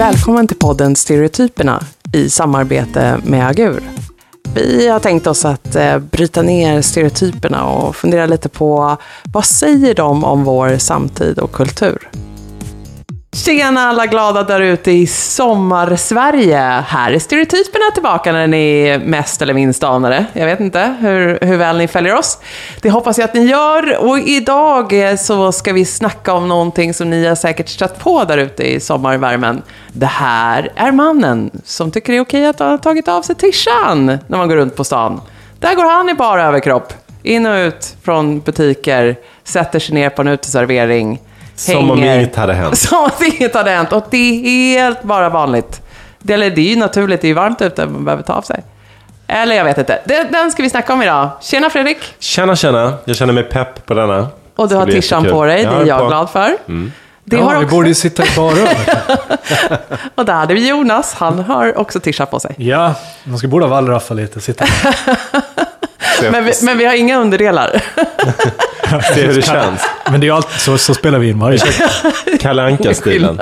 Välkommen till podden Stereotyperna i samarbete med Agur. Vi har tänkt oss att bryta ner stereotyperna och fundera lite på vad säger de om vår samtid och kultur. Tjena alla glada där ute i sommarsverige. Här är stereotyperna tillbaka när ni är mest eller minst anade. Jag vet inte hur väl ni följer oss. Det hoppas jag att ni gör. Och idag så ska vi snacka om någonting som ni har säkert stött på där ute i sommarvärmen. Det här är mannen som tycker det är okej att ha tagit av sig tishan när man går runt på stan. Där går han i bara överkropp. In och ut från butiker. Sätter sig ner på en uteservering. Som om inget hade hänt. Som om inget hade hänt. Och det är helt bara vanligt. Det är ju naturligt, det är varmt ute, man behöver ta av sig. Eller jag vet inte. Den ska vi snacka om idag. Tjena Fredrik. Tjena. Jag känner mig pepp på denna. Och du har tishan på dig, det är jag glad för. Mm. Det har vi borde ju sitta i bara. Och där hade vi Jonas, han har också tishan på sig. Ja, man ska borde wallraffa lite. Sitta. men vi har inga underdelar. Se hur det känns. Men det är ju alltid så spelar vi in varje. Kalle Anka-stilen.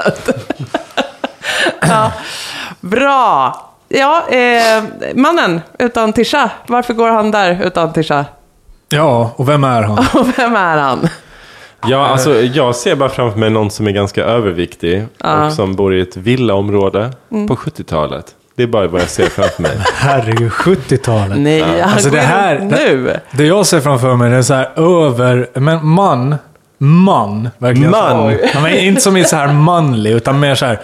Ja, bra. Ja, mannen utan tisha. Varför går han där utan tisha? Ja, och vem är han? Ja, alltså jag ser bara framför mig någon som är ganska överviktig och som bor i ett villaområde på 70-talet. Det är bara vad jag ser framför mig. Herregud, 70-talet. Nej, alltså det här nu. Det jag ser framför mig det är så här men man verkligen. Man. Men inte som är så här manlig utan mer så här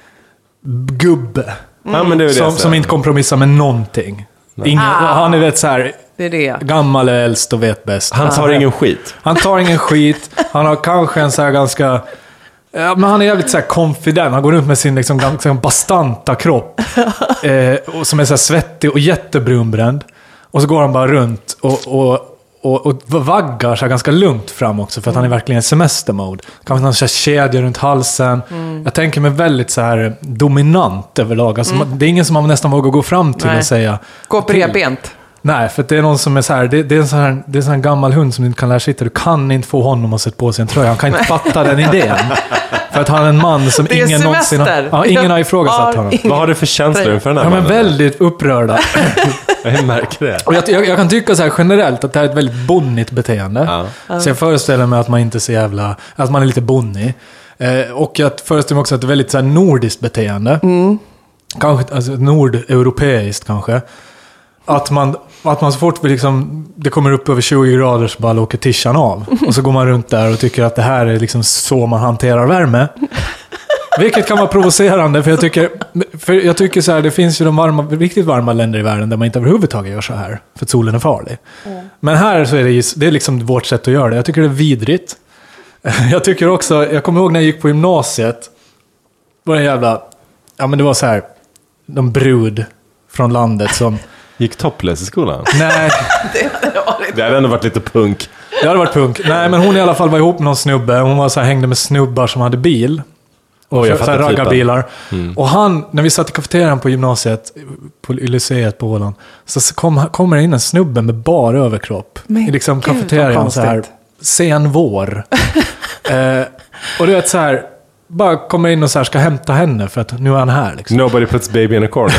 gubbe. Ja, men det är det som inte kompromissar med någonting. Han är vet så här det är det. Gammal och äldst och vet bäst. Han tar ingen skit. Han tar ingen skit. Han har kanske en så här ganska... Ja, men han är jävligt så här confident. Han går runt med sin liksom ganska bastanta kropp. Och som är så här svettig och jättebrunbränd. Och så går han bara runt och vaggar så här ganska lugnt fram också. För att han är verkligen i semestermode. Kanske någon så här kedja runt halsen. Jag tänker mig väldigt så här dominant överlag. Alltså, det är ingen som man nästan vågar gå fram till och säga... Gå bredbent. Nej, för det är någon som är så här, det är en sån här gammal hund som du inte kan lära sitta. Du kan inte få honom att sätta på sig en tröja. Han kan inte fatta den idén. För att han är en man som ingen någonsin har... ingen har ifrågasatt honom. Vad har du för känslor inför den här mannen? De är väldigt upprörda. Jag märker det. Och jag kan tycka så här generellt att det här är ett väldigt bonnigt beteende. Ja. Så jag föreställer mig att man inte är så jävla... Att man är lite bonnig. Och jag föreställer mig också att det är väldigt så här nordiskt beteende. Kanske, alltså nordeuropeiskt kanske. Att man så fort liksom, det kommer upp över 20 grader så bara åker tishan av. Och så går man runt där och tycker att det här är liksom så man hanterar värme. Vilket kan vara provocerande, för jag tycker så här, det finns ju de riktigt varma länder i världen där man inte överhuvudtaget gör så här. För att solen är farlig. Men här så är det är liksom vårt sätt att göra det. Jag tycker det är vidrigt. Jag tycker också, jag kommer ihåg när jag gick på gymnasiet. Var en jävla, ja men det var så här, de brud från landet som... Gick topless i skolan? Nej. Det hade ändå varit lite punk. Det hade varit punk. Nej, men hon i alla fall var ihop med någon snubbe. Hon var så här, hängde med snubbar som hade bil. Och så här raggarbilar. Och han, när vi satt i kafeterian på gymnasiet, på lyceet på Åland, så kommer in en snubbe med bara överkropp. I liksom kafeterian så här, sen vår. Och det är så här... Bara kommer in och så här ska hämta henne för att nu är han här liksom. Nobody puts baby in a corner.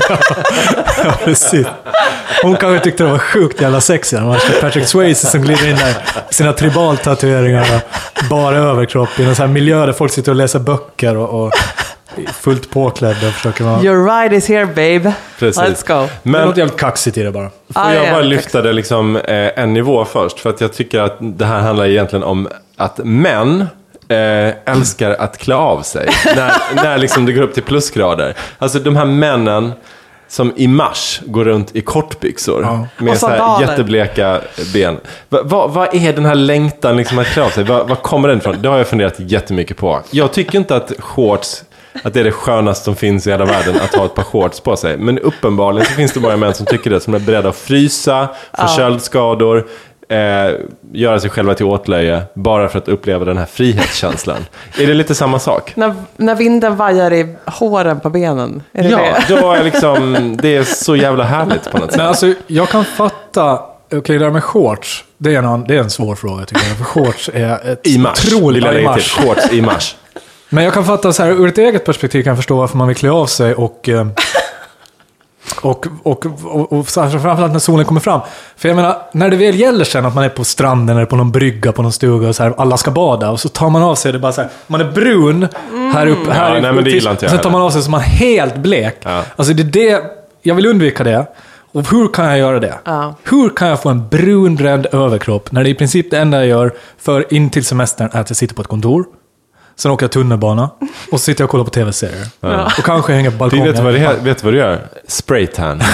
Ja, precis. Hon kanske tyckte det var sjukt jävla sexigt. Man ska Patrick Swayze som glider in där sina tribaltatueringar och bara överkropp i en sån här miljö där folk sitter och läser böcker och fullt påklädda och försöker vara... Your ride is here, babe. Precis. Let's go. Men det är något jävligt kaxigt i det bara. Får jag bara lyfta det liksom en nivå först. För att jag tycker att det här handlar egentligen om att män... älskar att klä av sig när liksom det går upp till plusgrader. Alltså de här männen som i mars går runt i kortbyxor med så här jättebleka ben. Vad är den här längtan liksom att klä av sig? Vad kommer den ifrån? Det har jag funderat jättemycket på. Jag tycker inte att shorts, att det är det skönaste som finns i hela världen att ha ett par shorts på sig. Men uppenbarligen så finns det bara män som tycker det, som är beredda att frysa, få köldskador, göra sig själva till åtlöje bara för att uppleva den här frihetskänslan. Är det lite samma sak? När vinden vajar i håren på benen? Är det det? Då är liksom, det är så jävla härligt på något sätt. Men alltså, jag kan fatta, det där med shorts, det är en svår fråga tycker jag. För shorts är ett i mars. Vill jag lägga till. Shorts i mars. Men jag kan fatta så här, ur ett eget perspektiv kan jag förstå varför man vill klä av sig och framförallt när solen kommer fram. För jag menar, när det väl gäller sen att man är på stranden eller på någon brygga på någon stuga och så här, alla ska bada och så tar man av sig det bara så här, man är brun här uppe här nej, men det gillar inte jag. Sen tar man av sig så man är helt blek. Ja. Alltså det jag vill undvika det. Och hur kan jag göra det? Ja. Hur kan jag få en brunrädd överkropp när det i princip det enda jag gör för in till semestern är att jag sitter på ett kontor. Sen åker jag tunnelbana och så sitter jag och kollar på tv-serier. Ja. Och kanske hänger på balkongen. Vet du vad du gör? Spraytan.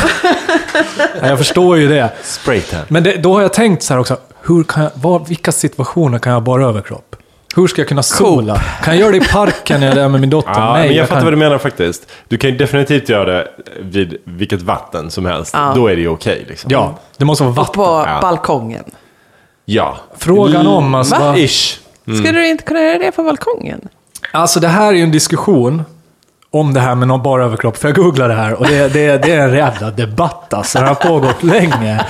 Ja, jag förstår ju det. Spraytan. Men då har jag tänkt så här också. Vilka situationer kan jag bara överkropp? Hur ska jag kunna sola? Kan jag göra det i parken när jag är där med min dotter? Ja, Nej, men jag fattar vad du menar faktiskt. Du kan ju definitivt göra det vid vilket vatten som helst. Ja. Då är det ju okej. Liksom. Ja, det måste vara vatten. Och på balkongen. Ja. Frågan om... Alltså, Ish. Skulle du inte kunna göra det på balkongen? Alltså det här är ju en diskussion om det här med någon bara överkropp. För jag googlar det här och det är en jävla debatt. Alltså. Den har pågått länge.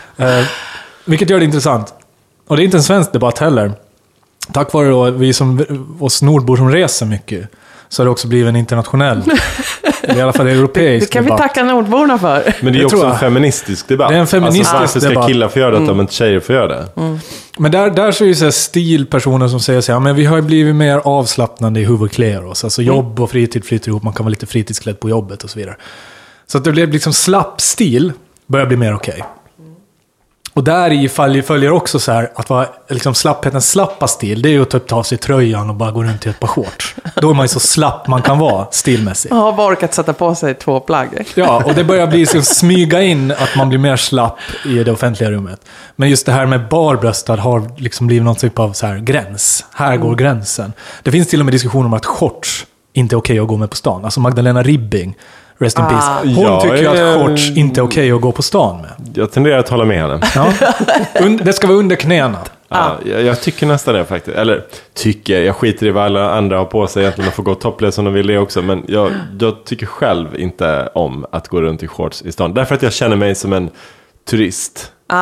Vilket gör det intressant. Och det är inte en svensk debatt heller. Tack vare då, oss nordbor som reser mycket, så har det också blivit en internationell, i alla fall europeisk Det kan debatt. Vi tacka nordborna för. Men det är också en feministisk debatt. Det är en feministisk varför ska debatt. killar få göra det om inte tjejer får göra det? Men där så är ju så här stilpersoner som säger så här, men vi har ju blivit mer avslappnande i hur vi klär oss. Alltså jobb och fritid flyter ihop, man kan vara lite fritidsklädd på jobbet och så vidare. Så att det blir liksom slapp stil börjar bli mer okej. Och där i följer också så här att vara liksom slapphetens slappa stil, det är ju att typ ta av sig tröjan och bara gå runt i ett par shorts. Då är man ju så slapp man kan vara stilmässigt. Jag har bara orkat sätta på sig 2 plagg. Ja, och det börjar bli så smyga in att man blir mer slapp i det offentliga rummet. Men just det här med barbröstad har liksom blivit någon typ av så här gräns. Här går gränsen. Det finns till och med diskussioner om att shorts inte är okej att gå med på stan. Alltså Magdalena Ribbing, rest in peace. Hon tycker ju att shorts inte är okej att gå på stan med. Jag tenderar att hålla med henne. Ja. Det ska vara under knäna. Ja, jag tycker nästan det faktiskt. Eller jag skiter i vad alla andra har på sig egentligen och får gå topless om de vill det också. Men jag tycker själv inte om att gå runt i shorts i stan. Därför att jag känner mig som en turist. Det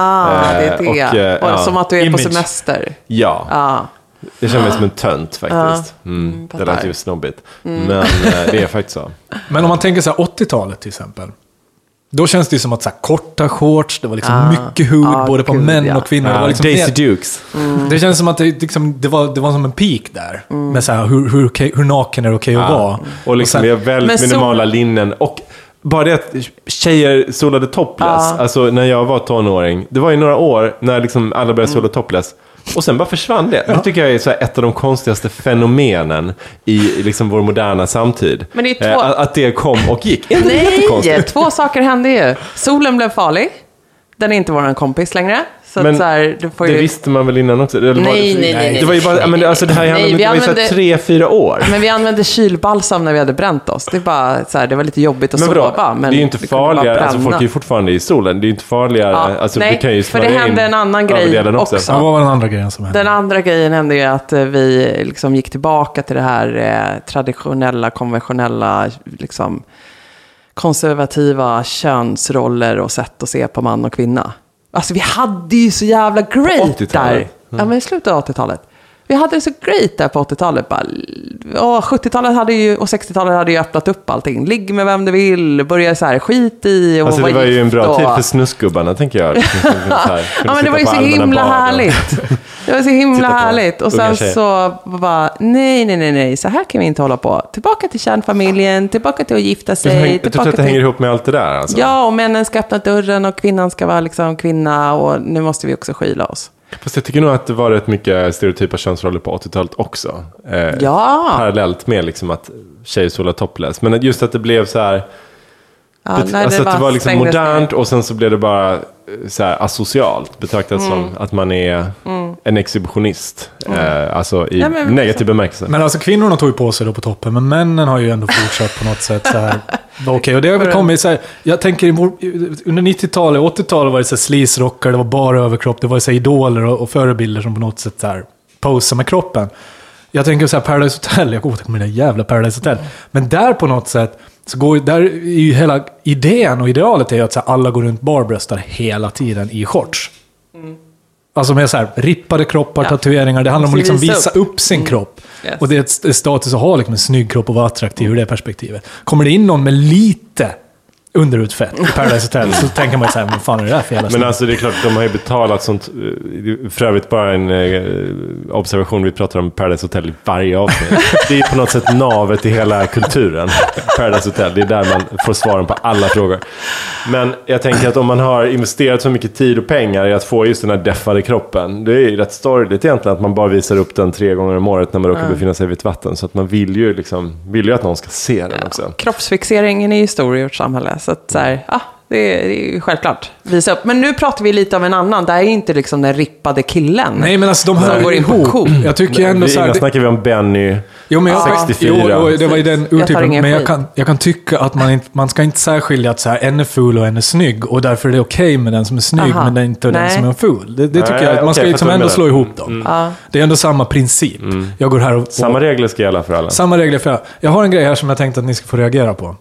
är det. Och som att du är Image. på semester. Ja. Jag känner mig som en tönt faktiskt. Det lät ju snobbigt. Men det är faktiskt så. Men om man tänker så här 80-talet till exempel. Då känns det ju som att så här, korta shorts, det var liksom mycket hud både på män och kvinnor. Det var liksom Daisy Dukes. Det känns som att det var som en peak där. Med så här, hur naken är det okej att vara. Och liksom vi har väldigt minimala linnen. Och bara det att tjejer solade topless. Alltså när jag var tonåring. Det var ju några år när liksom alla började sola topless. Och sen bara försvann det. Det tycker jag är så här ett av de konstigaste fenomenen i liksom vår moderna samtid. Men det är att det kom och gick. Nej, 2 saker hände ju. Solen blev farlig. Den är inte vår kompis längre. Så men att så här, du får ju... det visste man väl innan också? Nej. Det var ju bara, men alltså det här vi var ju så 3-4 år. Men vi använde kylbalsam när vi hade bränt oss. Det är bara så här, det var lite jobbigt att sova. Men det är ju inte farligare, alltså folk är ju fortfarande i solen. Det är ju inte farligare, alltså nej, det kan ju för det hände en annan grej också. Vad var den andra grejen som hände? Den andra grejen hände ju att vi liksom gick tillbaka till det här traditionella, konventionella, liksom konservativa könsroller och sätt att se på man och kvinna. Alltså vi hade ju så jävla great där. Ja, men i slutet av 80-talet. Vi hade det så great där på 80-talet. 70-talet hade ju, och 60-talet hade ju öppnat upp allting. Ligg med vem du vill, börja så här, skit i och alltså det var ju en bra tid för snuskgubbarna, tänker jag. Ja, men det var ju så himla härligt. Det var så himla härligt. Och sen så bara, nej, så här kan vi inte hålla på. Tillbaka till kärnfamiljen, tillbaka till att gifta sig. Jag tror att det hänger ihop med allt det där. Alltså. Ja, och männen ska öppna dörren och kvinnan ska vara liksom kvinna. Och nu måste vi också skyla oss. Fast jag tycker nog att det var rätt mycket stereotypa könsroller på 80-talet också. Parallellt med liksom att tjejer solar topless. Men just att det blev så här... alltså att det var liksom modernt och sen så blev det bara så här asocialt betraktat som att man är en exhibitionist. Alltså i negativ bemärkelse. Men alltså kvinnorna tog ju på sig då på toppen, men männen har ju ändå fortsatt på något sätt så här. Okej, och det har väl kommit så här, jag tänker under 90-talet, 80-talet var det så här sleaze-rockar, det var bara överkropp, det var så här idoler och förebilder som på något sätt så här posar med kroppen. Jag tänker så här Paradise Hotel, jag återkommer med det jävla Paradise Hotel. Men där på något sätt så där är ju hela idén och idealet är ju att så här, alla går runt barbröstar hela tiden i shorts. Alltså med så här rippade kroppar, tatueringar. Det handlar om att liksom visa upp sin kropp. Yes. Och det är ett status att ha liksom en snygg kropp och vara attraktiv ur det perspektivet. Kommer det in någon med lite underutfett i Paradise Hotel så tänker man ju så här, vad fan är det där för jävla Men alltså det är klart, de har ju betalat sånt. För övrigt bara en observation, vi pratar om Paradise Hotel i varje avsnitt. Det är på något sätt navet i hela kulturen. Paradise Hotel, det är där man får svaren på alla frågor. Men jag tänker att om man har investerat så mycket tid och pengar i att få just den här deffade kroppen, det är ju rätt sorgligt egentligen att man bara visar upp den 3 gånger om året när man råkar befinna sig vid ett vatten. Så att man vill ju att någon ska se den också. Kroppsfixeringen är ju stor i vårt samhälle. Så att så här, det är ju självklart. Visa upp. Men nu pratar vi lite om en annan. Det är inte liksom den rippade killen. Nej, men alltså de hör går ihop. Jag tycker ändå så här... snackar vi om Benny, 64. Jo, det var i den urtypen. Men jag kan tycka att man ska inte särskilja att så här, en är ful och en är snygg. Och därför är det okej med den som är snygg, men det är inte den som är ful. Det tycker jag. Man ska liksom ändå slå ihop dem. Det är ändå samma princip. Jag går här och... Samma regler ska gälla för alla. Samma regler för alla. Jag har en grej här som jag tänkte att ni ska få reagera på.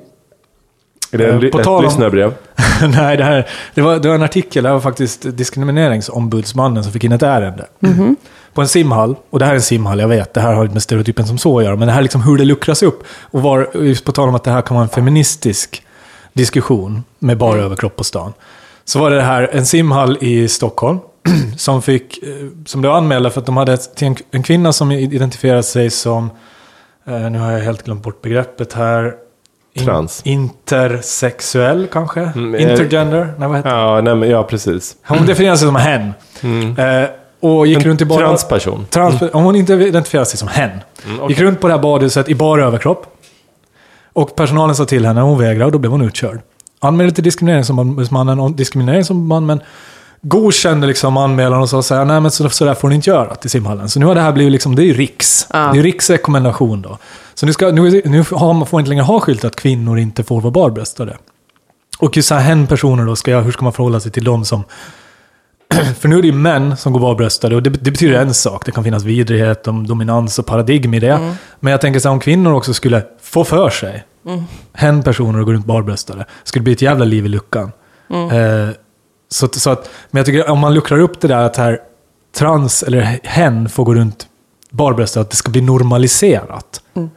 Är det ett lyssnarbrev? Nej, det var en artikel. Det var faktiskt diskrimineringsombudsmannen som fick in ett ärende. På en simhall. Och det här är en simhall, jag vet. Det här har inte med stereotypen som så att göra. Men det här är liksom hur det luckras upp. Och just på tal om att det här kan vara en feministisk diskussion med bara överkropp på stan. Så var det här en simhall i Stockholm. som blev anmälda för att de hade en kvinna som identifierade sig som... nu har jag helt glömt bort begreppet här... Trans. Intersexuell kanske? Intergender? Nej, vad heter det? Ja, precis. Hon definierar sig som hen. Och gick runt i bara... Transperson. Om hon inte identifierar sig som hen. Gick runt på det här badhuset i bara överkropp. Och personalen sa till henne när hon vägrade och då blev hon utkörd. Anmälde till diskrimineringsombudsmannen och diskrimineringsombudsmannen godkände liksom anmälan och sa så här, nej men så där får ni inte göra till simhallen. Så nu har det här blivit liksom, det är ju riks. Det är ju riksrekommendation då. Så nu får man inte längre ha skylt att kvinnor inte får vara barbröstade. Och just så här personer då, hur ska man förhålla sig till dem som... För nu är det ju män som går barbröstade och det betyder en sak. Det kan finnas vidrighet, dominans och paradigm i det. Men jag tänker så här, om kvinnor också skulle få för sig personer och går runt barbröstade, skulle bli ett jävla liv i luckan. Så att, men jag tycker om man luckrar upp det där att här trans eller hen får gå runt barbröstade, att det ska bli normaliserat.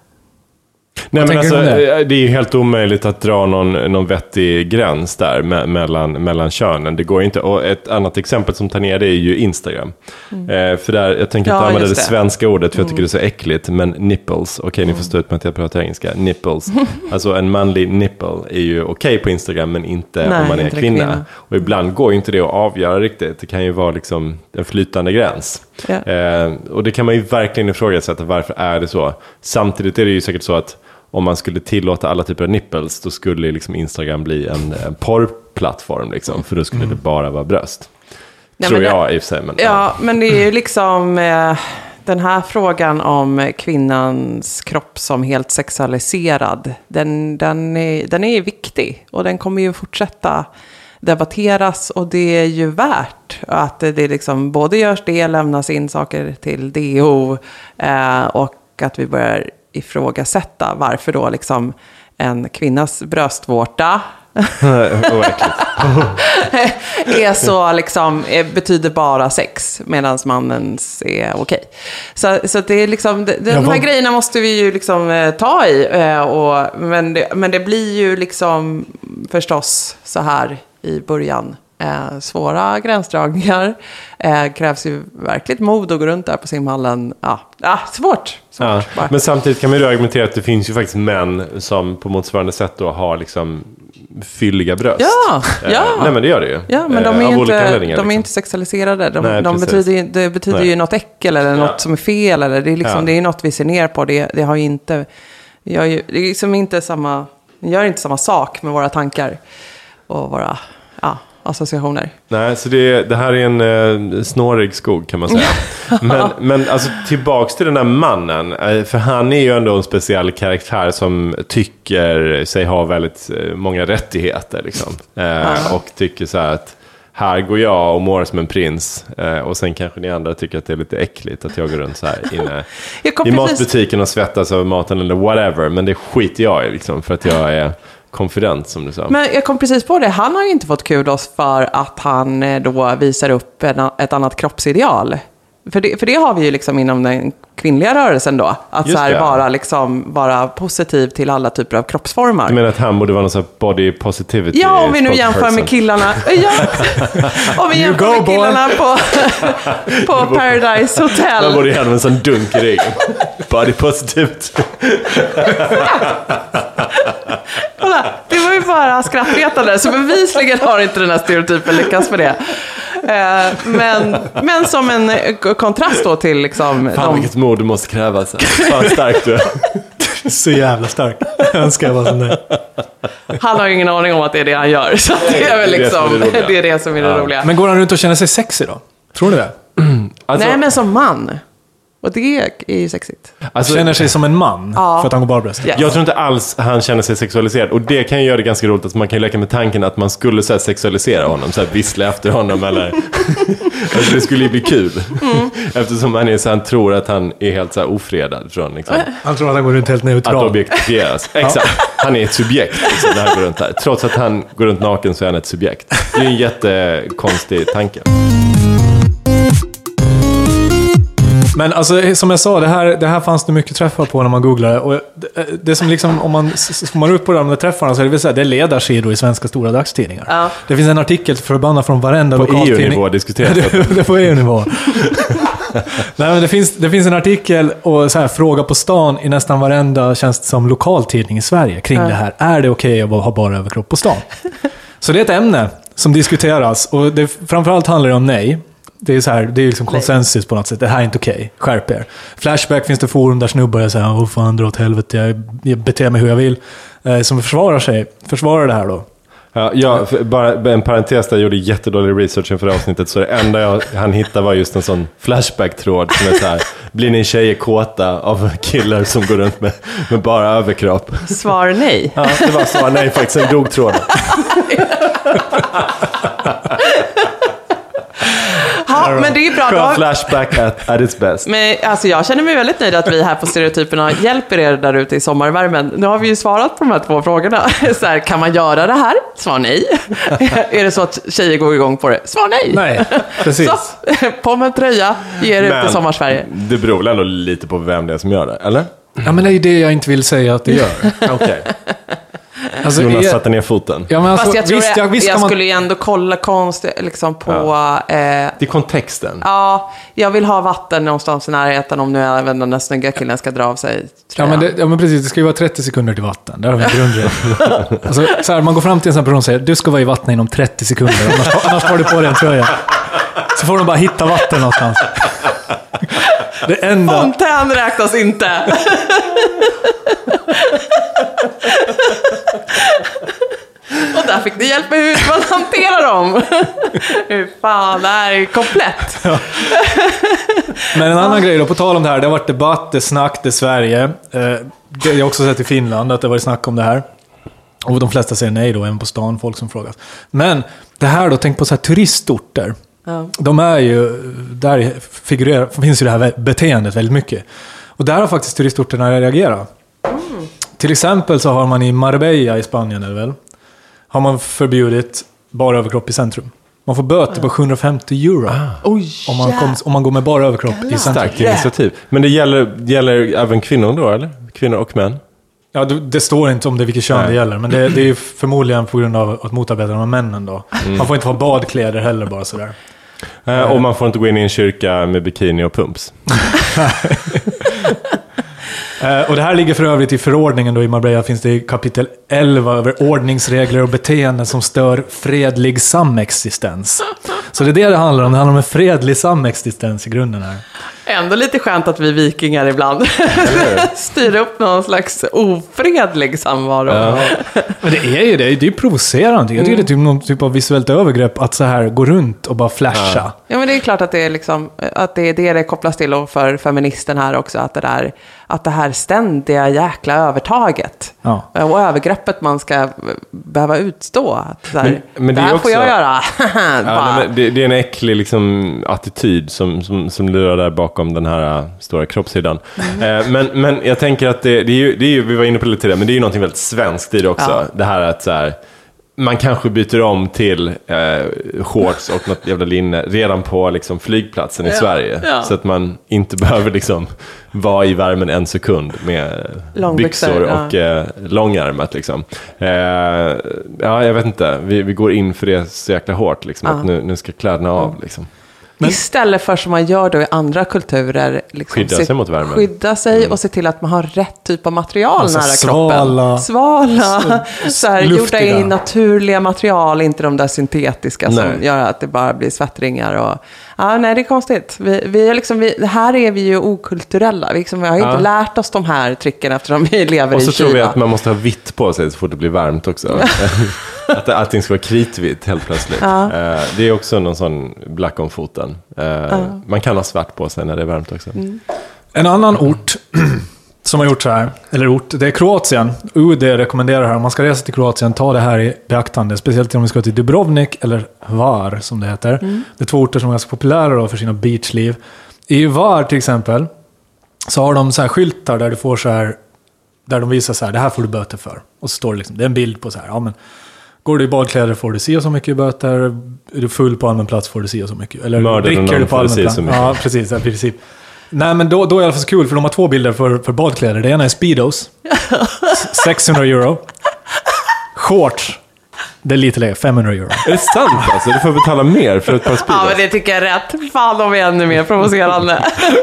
Nej, men alltså, det är ju helt omöjligt att dra någon vettig gräns där mellan könen. Det går inte. Och ett annat exempel som tar ner det är ju Instagram. För där, jag tänker inte använda det svenska ordet för jag tycker det är så äckligt. Men nipples, okej, ni förstår ut med att jag pratar engelska. Nipples. Alltså en manlig nipple är ju okej på Instagram men inte om man är kvinna. Och ibland går ju inte det att avgöra riktigt. Det kan ju vara liksom en flytande gräns. Och det kan man ju verkligen ifrågasätta, varför är det så? Samtidigt är det ju säkert så att om man skulle tillåta alla typer av nipples, då skulle liksom Instagram bli en porrplattform liksom, för då skulle det bara vara bröst. Tror jag i och för sig. Men det är ju liksom den här frågan om kvinnans kropp som helt sexualiserad, den är viktig och den kommer ju fortsätta debatteras, och det är ju värt att det liksom både görs det, lämnas in saker till DO och att vi börjar ifrågasätta varför då liksom en kvinnas bröstvårta är så liksom, betyder bara sex medan mannens är okej. Så det är liksom de här grejerna måste vi ju liksom ta i men det blir ju liksom förstås så här i början. Svåra gränsdragningar. Krävs ju verkligt mod att gå runt där på simhallen. Svårt. Men samtidigt kan man ju argumentera att det finns ju faktiskt män som på motsvarande sätt då har liksom fylliga bröst. Nej, men det gör det ju. Ja, men de är inte sexualiserade. Det betyder ju något äckel eller något som är fel. Eller det är liksom, det är något vi ser ner på. Det har ju inte... Det är liksom inte samma... Det gör inte samma sak med våra tankar och våra... associationer. Nej, så det här är en snårig skog kan man säga. men alltså tillbaks till den där mannen, för han är ju ändå en speciell karaktär som tycker sig ha väldigt många rättigheter liksom. Och tycker så här att här går jag och mår som en prins, och sen kanske ni andra tycker att det är lite äckligt att jag går runt så här inne i matbutiken och svettas över maten eller whatever, men det skiter jag i liksom, för att jag är konfident som du sa. Men jag kom precis på det. Han har ju inte fått kudos för att han då visar upp ett annat kroppsideal. För det har vi ju liksom inom den kvinnliga rörelsen då. Att så här vara positiv till alla typer av kroppsformer. Du menar att han borde vara någon sån här body positivity? Ja, om vi nu jämför med killarna. Ja, om vi jämför med killarna på Paradise Hotel. Man borde göra en sån dunk i ryggen. Body positivity. Kolla, det var ju bara skrattretande. Så bevisligen har inte den här stereotypen lyckats med det. Men som en kontrast då till liksom... Fan, vilket mod du måste kräva. Fan, stark du är. Så jävla stark. Jag önskar jag var som det. Han har ju ingen aning om att det är det han gör. Så det är väl liksom... Det är det som är det roliga. Men går han runt och känner sig sexig då? Tror du det? Alltså, nej, men som man. Och det är ju sexigt. Alltså, känner sig som en man för att han går barbröst. Yes. Jag tror inte alls han känner sig sexualiserad. Och det kan ju göra det ganska roligt att man kan leka med tanken att man skulle så här, sexualisera honom. Så här, vissla efter honom eller... alltså, det skulle ju bli kul. Eftersom han är så han tror att han är helt så här ofredad från liksom, han tror att han går runt helt neutral. att objektifieras. Exakt. Han är ett subjekt liksom, när han går runt här. Trots att han går runt naken så är han ett subjekt. Det är en jättekonstig tanke. Men alltså, som jag sa, det här fanns det mycket träffar på när man googlade. Och det som liksom, om man zoomar upp på de där träffarna så är det, det är ledarsidor i svenska stora dagstidningar. Ja. Det finns en artikel förbannad från varenda lokaltidning. På EU-nivå diskuteras det. Det är på EU-nivå. Nej, men det finns en artikel och så här, fråga på stan i nästan varenda tjänst som lokaltidning i Sverige kring det här. Är det okej att ha bara överkropp på stan? Så det är ett ämne som diskuteras och framförallt handlar det om nej. Det är så här, det är liksom konsensus på något sätt. Det här är inte okej. Skärp er. Flashback finns det forum där snubbar säger åh fan, dra åt helvete, jag beter mig hur jag vill. Som försvarar det här då. Ja, bara en parentes där jag gjorde jättedålig research inför avsnittet. Så det enda han hittade var just en sån flashback-tråd som är så här: blir ni tjejer kåta av killar som går runt med bara överkropp? Svar nej. Ja, det var svar nej faktiskt. En dog tråd. Ja, men det är bra då. Flashback at its best. Men alltså, jag känner mig väldigt nöjd att vi här på Stereotyperna hjälper er där ute i sommarvärmen. Nu har vi ju svarat på de här 2 frågorna. Så här, kan man göra det här? Svar nej. Är det så att tjejer går igång på det? Svar nej. Nej, precis. Så, på med en tröja, ge er ut i Sommarsverige. Det beror ändå lite på vem det är som gör det, eller? Ja, men det är det jag inte vill säga att det gör. Okej. Alltså, Jonas satte ner foten. Ja, men alltså, fast jag skulle ju ändå kolla konst liksom på... det är kontexten. Ja, jag vill ha vatten någonstans i närheten om nu även den där snygga killen ska dra av sig. Ja men precis, det ska ju vara 30 sekunder till vatten. Där har vi en grundregel. Alltså, så här, man går fram till en sån person och säger du ska vara i vatten inom 30 sekunder. Annars tar du på dig en tröja. Så får de bara hitta vatten någonstans. Det enda... Fontän räknas inte. Och där fick ni hjälp med hur man hanterar dem. Hur fan, det här är komplett. Ja. Men en annan grej då, på tal om det här. Det har varit debatt, det snack, det Sverige. Det har jag också sett i Finland att det var snack om det här. Och de flesta säger nej då, även på stan, folk som frågas. Men det här då, tänk på så här turistorter. Ja. De är ju, där finns ju det här beteendet väldigt mycket. Och där har faktiskt turistorterna reagerat. Till exempel så har man i Marbella i Spanien, eller väl, har man förbjudit bara överkropp i centrum. Man får böter på 750 euro om man går med bara överkropp i centrum. Starkt initiativ. Men det gäller även kvinnor då, eller? Kvinnor och män? Ja, det står inte om det vilket kön det gäller. Men det är ju förmodligen på grund av att motarbeta de här männen då. Man får inte ha badkläder heller bara sådär. Och man får inte gå in i en kyrka med bikini och pumps. Och det här ligger för övrigt i förordningen då i Marbella finns det i kapitel 11 över ordningsregler och beteenden som stör fredlig samexistens. Så det är det handlar om. Det handlar om en fredlig samexistens i grunden här. Ändå lite skönt att vi vikingar ibland styr upp någon slags ofredlig samvaro. Ja. Men det är ju det. Det är ju provocerande. Jag tycker det är typ någon typ av visuellt övergrepp att så här gå runt och bara flasha. Ja, men det är klart att det är liksom, att det är det kopplas till och för feministen här också, att det här ständiga jäkla övertaget och övergreppet man ska behöva utstå. Att så här, men det här också, får jag göra. Det är en äcklig liksom, attityd som lurar där bakom bakom den här stora kroppshyddan. Men jag tänker att det är ju, vi var inne på lite det, men det är ju någonting väldigt svenskt i det också. Ja. Det här att så här, man kanske byter om till shorts och något jävla linne redan på liksom flygplatsen i Sverige. Ja. Så att man inte behöver liksom vara i värmen en sekund med byxor och långärmat. Liksom. Jag vet inte. Vi går in för det så jäkla hårt. Liksom, att nu ska kläderna av. Liksom. Men istället för som man gör då i andra kulturer. Liksom, skydda sig mot värmen. Skydda sig och se till att man har rätt typ av material nära kroppen. Svala. Så här, gjorda i naturliga material, inte de där syntetiska som gör att det bara blir svettringar. Och, det är konstigt. Vi är liksom, här är vi ju okulturella. Vi har inte lärt oss de här tricken eftersom vi lever i Kina. Och så tror vi att man måste ha vitt på sig så fort det blir varmt också. Att allting ska vara kritvitt helt plötsligt. Det är också någon sån black om foten. Man kan ha svart på sig när det är varmt också. En annan ort som har gjort så här, det är Kroatien. UD rekommenderar här, om man ska resa till Kroatien, ta det här i beaktande. Speciellt om vi ska till Dubrovnik eller Hvar som det heter. Det är 2 orter som är ganska populära då för sina beachliv. I Hvar till exempel så har de så här skyltar där du får så här, där de visar så här, det här får du böter för. Och så står det liksom, det är en bild på så här, går du i badkläder får du se så mycket böter. Är du full på allmän plats får du se så mycket. Eller dricker du på allmän plats. Ja, precis. I princip. Nej, men då är det i alla fall så kul för de har 2 bilder för badkläder. Det ena är Speedos. 600 euro. Shorts. Det är lite lägre, 500 euro. Är det sant alltså? Du får betala mer för ett par Speedos. Ja, men det tycker jag är rätt. Fan, de är ännu mer provocerande.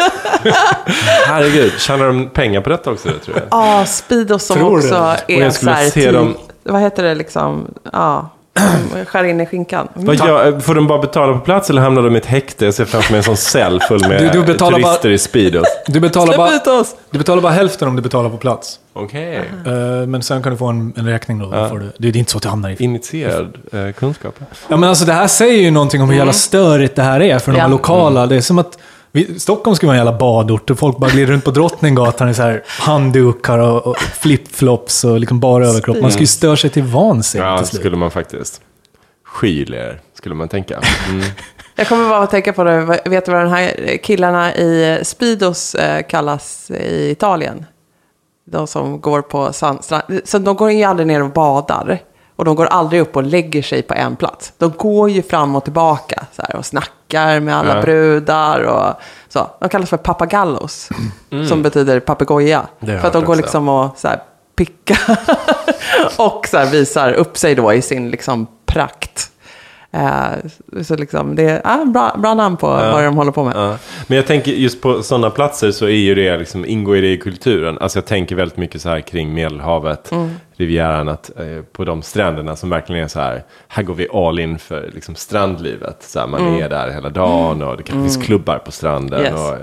Herregud, tjänar de pengar på detta också, det tror jag? Ja, Speedos som tror också det. Är så här vad heter det liksom? Ja, skär in i skinkan. Får de bara betala på plats eller hamnar de i ett häkte? Jag ser framför mig en sån cell full med turister i Speedos. Du betalar bara hälften om du betalar på plats. Okej. Men sen kan du få en räkning då. Det är inte så att du hamnar i initierad kunskap. Ja, men alltså det här säger ju någonting om hur jävla störigt det här är för de här lokala. Det är som att Stockholm skulle vara en jävla badort och folk bara glider runt på Drottninggatan i så här handdukar och flipflops och liksom bara överkropp. Man skulle störa sig till vansinnigt. Ja, skulle man faktiskt. Skyler, skulle man tänka. Jag kommer bara att tänka på det. Vet du vad den här killarna i Speedos kallas i Italien? De som går på sandstrand. Så de går ju aldrig ner och badar. Och de går aldrig upp och lägger sig på en plats. De går ju fram och tillbaka så här, och snackar med alla brudar. Och så. De kallas för papagallos. Som betyder papegoja. För att de går liksom och så här, picka. Och så här, visar upp sig då i sin liksom, prakt. Så liksom, det är bra namn på vad de håller på med. Men jag tänker just på sådana platser så är ju det liksom, ingår i det i kulturen. Alltså jag tänker väldigt mycket så här kring Medelhavet, Rivieran, att på de stränderna som verkligen är så här går vi all in för liksom strandlivet. Så här, man är där hela dagen och det kanske finns klubbar på stranden och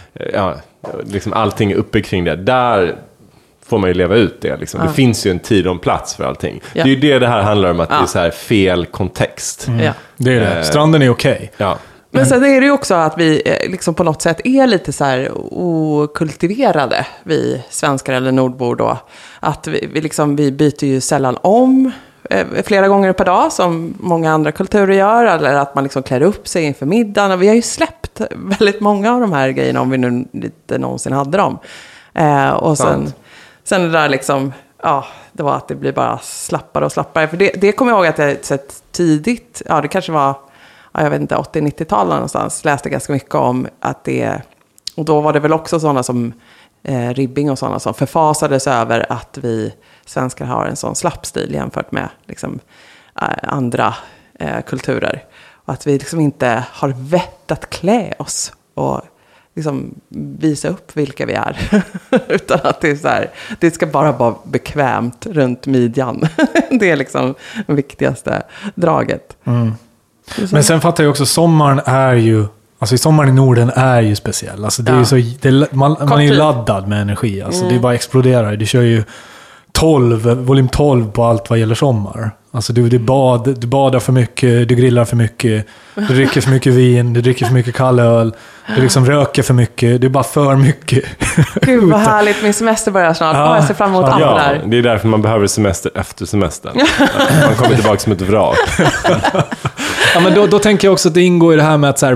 liksom allting är uppe kring det. Där får man ju leva ut det. Liksom. Det finns ju en tid och en plats för allting. Det är ju det här handlar om, att det är så här fel kontext. Det är det. Stranden är okej. Ja. Men sen är det ju också att vi liksom på något sätt är lite så här okultiverade, vi svenskar eller nordbor då. Att vi byter ju sällan om flera gånger per dag som många andra kulturer gör, eller att man liksom klär upp sig inför middagen. Och vi har ju släppt väldigt många av de här grejerna, om vi nu inte någonsin hade dem. Och sen det där liksom, det var att det blir bara slappare och slappare. För det kommer jag ihåg att jag sett tidigt, det kanske var, jag vet inte, 80-90-talet någonstans, läste ganska mycket om att det, och då var det väl också sådana som Ribbing och sådana som förfasades över att vi svenskar har en sån slappstil jämfört med liksom, andra kulturer. Och att vi liksom inte har vett att klä oss och liksom visa upp vilka vi är. Utan att det är så här, det ska bara vara bekvämt runt midjan. Det är liksom det viktigaste draget. Men sen fattar jag också, sommaren är ju, alltså sommaren i Norden är ju speciell. Alltså det är ju så, man är ju laddad med energi. Alltså det bara exploderar. Du kör ju volym 12 på allt vad gäller sommar. Alltså du badar för mycket, du grillar för mycket, du dricker för mycket vin, du dricker för mycket kallöl, du liksom röker för mycket, det är bara för mycket. Gud vad härligt, min semester börjar snart. Jag ser fram emot allt det där. Det är därför man behöver semester efter semestern. Man kommer tillbaka som ett vrak. Ja, men då tänker jag också att det ingår i det här med att så här,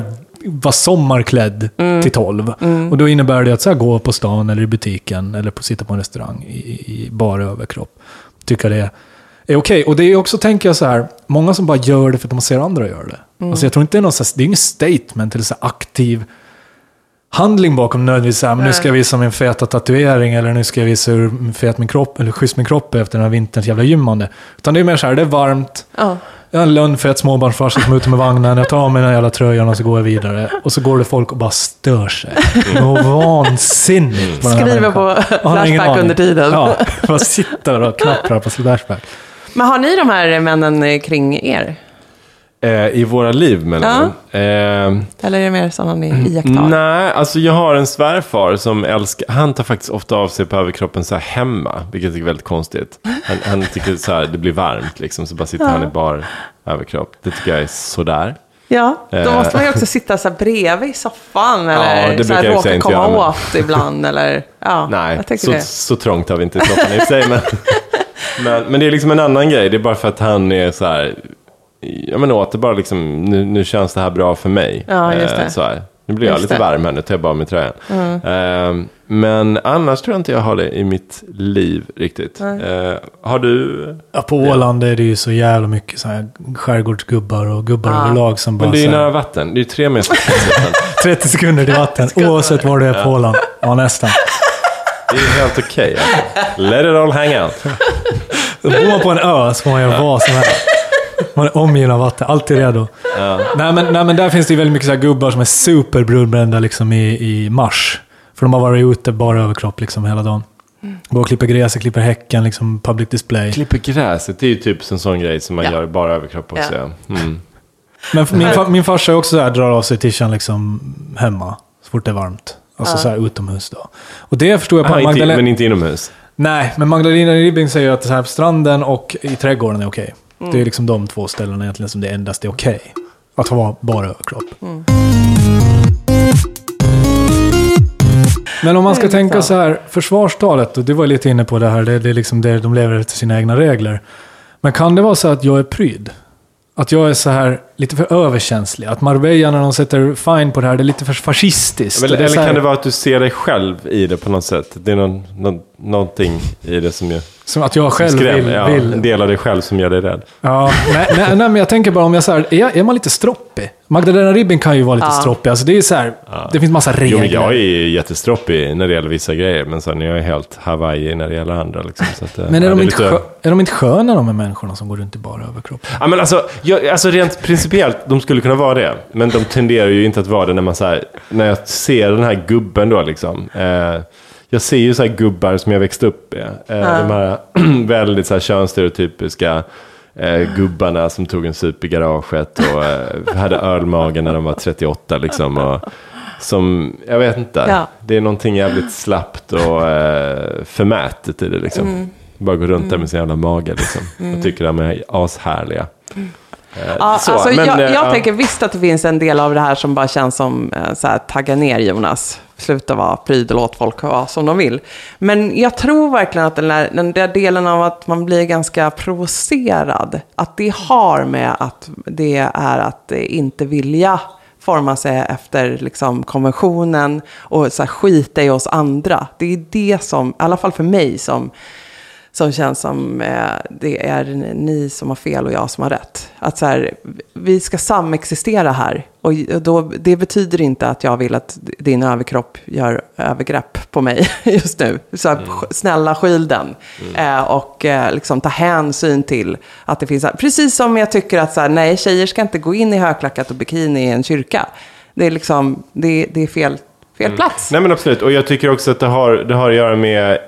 vara sommarklädd till 12. Och då innebär det att så här, gå på stan eller i butiken eller sitta på en restaurang i bara överkropp. Tycker det är okej. Och det är också, tänker jag så här, många som bara gör det för att de ser andra göra det. Alltså jag tror inte det är ingen statement eller så aktiv handling bakom nödvändigtvis så här, men nu ska jag visa min feta tatuering eller nu ska jag visa hur fet min kropp eller schysst min kropp är efter den här vinterns jävla gymmande. Utan det är mer så här, det är varmt. Jag har en lönnfett småbarnsfarsa som är ute med vagnen. Jag tar av mig den jävla tröjan och så går jag vidare. Och så går det folk och bara stör sig. Och vansinnigt. Skriver på Flashback under tiden. Ja, bara sitter och knapprar på Flashback. Men har ni de här männen kring er? I våra liv, menar du? Eller är det mer sådana ni iakttar? Nej, alltså jag har en svärfar som älskar... Han tar faktiskt ofta av sig på överkroppen så här hemma, vilket är väldigt konstigt. Han tycker så här, det blir varmt liksom, så bara sitter han i bar överkropp. Det tycker jag är sådär. Ja, då måste man ju också sitta så här bredvid i soffan eller det så här brukar råka inte komma göra, åt ibland. Eller, nej, jag så trångt har vi inte i soffan i sig. Men det är liksom en annan grej. Det är bara för att han är så här... Ja, men åter bara liksom, nu känns det här bra för mig. Ja, just det. Så här. Nu blir jag lite varm här, nu tar jag bara med tröjan. Men annars tror jag inte jag har det i mitt liv riktigt. Har du? Ja, på Åland är det ju så jävla mycket så här skärgårdsgubbar och gubbar överlag som bara... Men det är ju nära nära vatten, det är ju 3 meter. 30 sekunder till vatten, oavsett var du är på Åland. Ja, nästan. Det är helt okej. Alltså. Let it all hang out. Så bor man på en ö så får man göra vad som helst. Man är omgiven av vatten, alltid redo. Nej, men där finns det ju väldigt mycket så här gubbar som är superbrudbrända liksom i mars. För de har varit ute bara överkropp liksom hela dagen. Går och klipper gräset, klipper häcken, liksom public display. Klipper gräset, det är ju typ en sån grej som man gör bara överkropp också. Ja. Men min farsa är också så här, drar av sig tishan liksom hemma så fort det är varmt. Alltså så här utomhus då. Och det förstår jag på Magdalena. Men inte inomhus. Nej, men Magdalena Ribbing säger att det här på stranden och i trädgården är okej. Det är liksom de 2 ställena egentligen som det endast är okej. Att ha bara överkropp. Men om man ska tänka så här, försvarstalet, och du var lite inne på det här, det är liksom det de lever efter sina egna regler. Men kan det vara så att jag är pryd? Att jag är så här lite för överkänslig. Att Marbella, när de sätter fine på det här, det är lite för fascistiskt. Eller kan det vara att du ser dig själv i det på något sätt? Det är någonting i det som som att jag själv vill. En del av dig själv som gör dig rädd. Ja, nej, men jag tänker bara om jag så här, är man lite stroppig? Magdalena Ribbing kan ju vara lite stroppig. Alltså det är så här, det finns massa regler. Jo, men jag är jättestroppig när det gäller vissa grejer, men sen är jag helt Hawaii när det gäller andra. Liksom, så att, men är de inte sköna de här människorna som går runt i bara överkropp? Ja, men alltså rent principiellt, de skulle kunna vara det. Men de tenderar ju inte att vara det när man så här, när jag ser den här gubben då liksom. Jag ser ju så här gubbar som jag växte upp med. De här väldigt så här könsstereotypiska gubbarna som tog en sup i garaget och hade ölmagen när de var 38 liksom. Och som, jag vet inte, det är någonting jävligt slappt och förmätet i det liksom. Bara gå runt där med sin jävla mage liksom. Jag tycker de är ashärliga. Alltså, jag tänker visst att det finns en del av det här som bara känns som så här, tagga ner Jonas, sluta vara pryd och låt folk vara som de vill. Men jag tror verkligen att den där delen av att man blir ganska provocerad, att det har med att det är att inte vilja forma sig efter liksom, konventionen och så här, skita i oss andra. Det är det som, i alla fall för mig, som känns som det är ni som har fel och jag som har rätt. Att så här, vi ska samexistera här. Och då, det betyder inte att jag vill att din överkropp gör övergrepp på mig just nu. Så här, snälla skyll den. Och liksom ta hänsyn till att det finns... Precis som jag tycker att så här, nej, tjejer ska inte gå in i högklackat och bikini i en kyrka. Det är liksom, det är fel plats. Nej, men absolut. Och jag tycker också att det har att göra med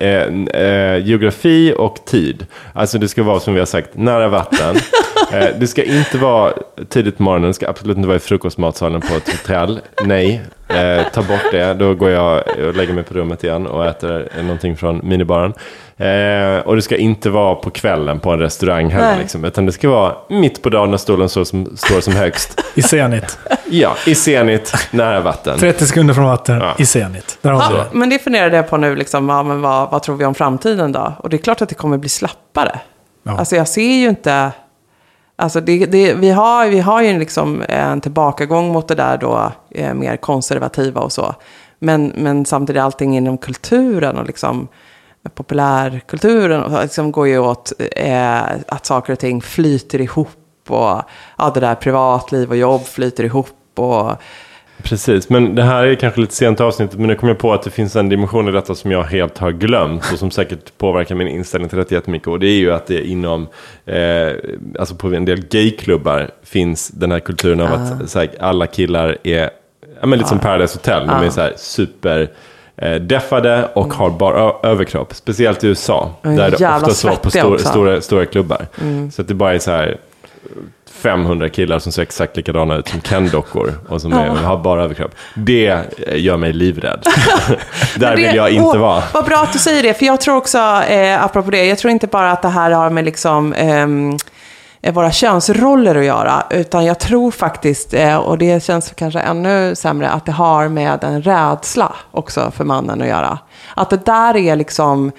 geografi och tid. Alltså det ska vara, som vi har sagt, nära vatten. Det ska inte vara tidigt på morgonen. Det ska absolut inte vara i frukostmatsalen på ett hotell. Nej, ta bort det. Då går jag och lägger mig på rummet igen och äter någonting från minibaren. Och det ska inte vara på kvällen på en restaurang heller liksom, utan det ska vara mitt på dagen när stolen står som högst. I Zenit. Ja, i Zenit, nära vatten. 30 sekunder från vatten, i Zenit. Men det funderade jag på nu, liksom, men vad tror vi om framtiden då? Och det är klart att det kommer bli slappare. Ja. Alltså jag ser ju inte... Alltså vi har ju liksom en tillbakagång mot det där då, mer konservativa och så. Men samtidigt allting inom kulturen och liksom populärkulturen och liksom går ju åt att saker och ting flyter ihop och det där privatliv och jobb flyter ihop och... Precis, men det här är kanske lite sent avsnittet, men nu kommer jag på att det finns en dimension i detta som jag helt har glömt och som säkert påverkar min inställning till det jättemycket, och det är ju att det inom alltså på en del gayklubbar finns den här kulturen av att så här, alla killar är lite som Paradise Hotel, de är så här super deffade och har bara överkropp, speciellt i USA där det ofta så på stora klubbar, så att det bara är så här 500 killar som ser exakt likadana ut som Ken-dockor och som har bara överkropp. Det gör mig livrädd. Där vill jag inte vara. Vad bra att du säger det, för jag tror också, apropå det, jag tror inte bara att det här har med liksom våra könsroller att göra, utan jag tror faktiskt, och det känns kanske ännu sämre, att det har med en rädsla också för mannen att göra. Att det där är liksom...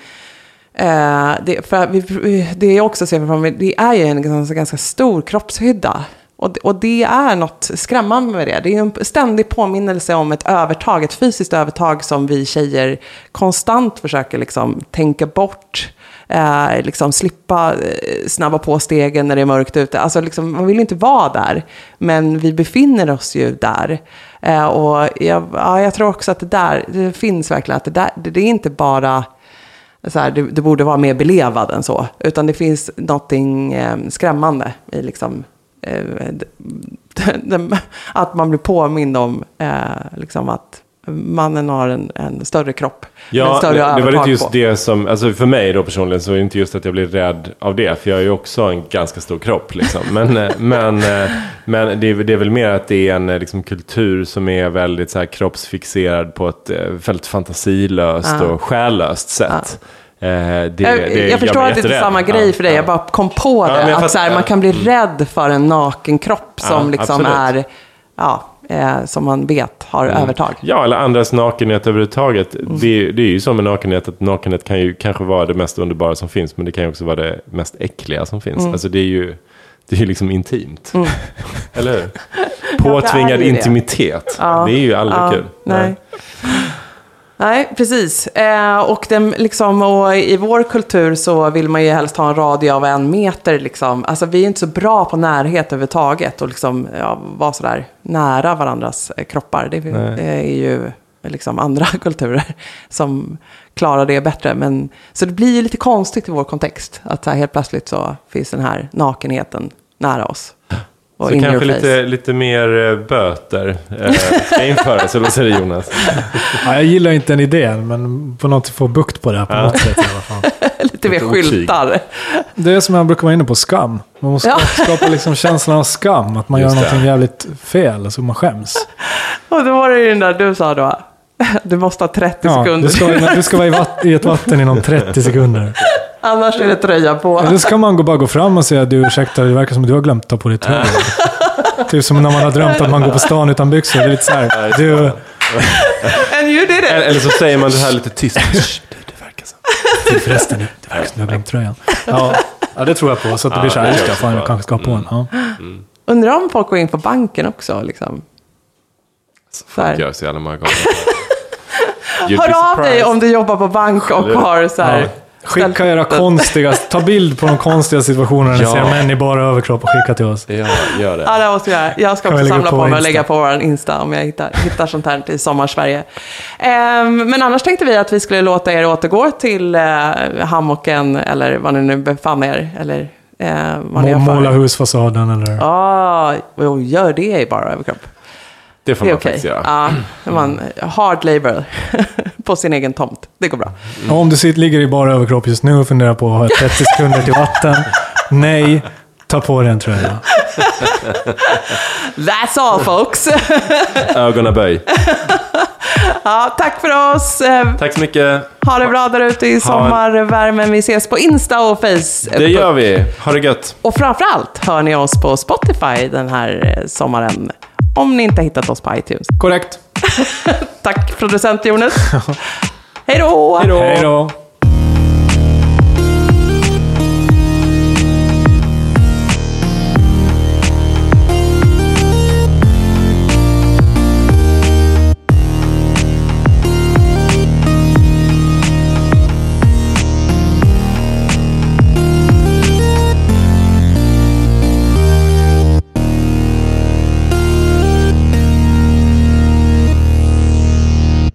det är också det är ju en ganska stor kroppshydda och det är något skrämmande med det. Det är en ständig påminnelse om ett fysiskt övertag som vi tjejer konstant försöker liksom tänka bort, liksom slippa snabba på stegen när det är mörkt ute. Alltså liksom, man vill inte vara där, men vi befinner oss ju där. Och jag tror också att det finns verkligen att det är inte bara så här, det borde vara mer belevad än så, utan det finns någonting skrämmande i liksom att man blir påmind om liksom att mannen har en större kropp. Ja, större det var lite just det som, alltså för mig då personligen så är det inte just att jag blir rädd av det, för jag är ju också en ganska stor kropp liksom. Men det är väl mer att det är en liksom kultur som är väldigt så här kroppsfixerad på ett väldigt fantasilöst och själlöst sätt. Jag förstår att det inte är samma grej för dig. Jag bara kom på det, att så här, man kan bli rädd för en naken kropp som liksom absolut. Som man vet har övertag. Ja, eller andras nakenhet överhuvudtaget. Det är ju som en nakenhet, att nakenhet kan ju kanske vara det mest underbara som finns, men det kan ju också vara det mest äckliga som finns. Alltså det är ju liksom intimt. Eller hur? Påtvingad intimitet. Ja. Det är ju aldrig kul. Nej, precis. Och i vår kultur så vill man ju helst ha en radie av 1 meter. Liksom. Alltså vi är inte så bra på närhet överhuvudtaget och liksom, vara så där nära varandras kroppar. Det är ju liksom andra kulturer som klarar det bättre. Så det blir ju lite konstigt i vår kontext att så här, helt plötsligt så finns den här nakenheten nära oss. Så kanske lite mer böter ska införas, eller vad säger Jonas? Jag gillar inte den idén, men på något få bukt på det här på något sätt i alla fall. Lite mer skyltar. Det är som jag brukar vara inne på, skam. Man måste skapa liksom känslan av skam, att man gör någonting jävligt fel, så man skäms. Och då var det ju den där du sa då. Du måste ha 30 sekunder. Du ska vara i ett vatten inom 30 sekunder. Annars är det tröja på. Eller ska man bara gå fram och säga, du ursäkta, det verkar som du har glömt att ta på dig tröja. Typ som när man har drömt att man går på stan utan byxor. Det är lite så här, And you did it. Eller så säger man det här lite tyst. Det verkar så. Förresten, det verkar som du har glömt tröjan. Ja, det tror jag på. Så att det blir så här, jag kanske ska ha på en. Ja. Undrar om folk går in på banken också, liksom. Folk gör så jävla många gånger. Hör av dig om du jobbar på bank och har så här... Skicka era ta bild på de konstiga situationerna när ni ser män i bara överkropp och skicka till oss. Ja, gör det. Ja, det måste jag göra. Jag ska också samla på mig och lägga på vår Insta om jag hittar sånt här i Sommarsverige. Men annars tänkte vi att vi skulle låta er återgå till hammocken eller vad ni nu befann er. Eller vad ni måla husfasaden eller... gör det i bara överkropp. Det får man faktiskt göra. Hard labor på sin egen tomt. Det går bra. Om du ligger i bara överkropp just nu och funderar på att ha 30 sekunder till vatten. Nej, ta på den tröjan. That's all, folks. Ögonaböj. Tack för oss. Tack så mycket. Ha det bra där ute i sommarvärmen. Vi ses på Insta och Facebook. Det gör vi. Ha det gött. Och framförallt hör ni oss på Spotify den här sommaren. Om ni inte har hittat oss på iTunes. Korrekt. Tack producent Jonas. Hej då.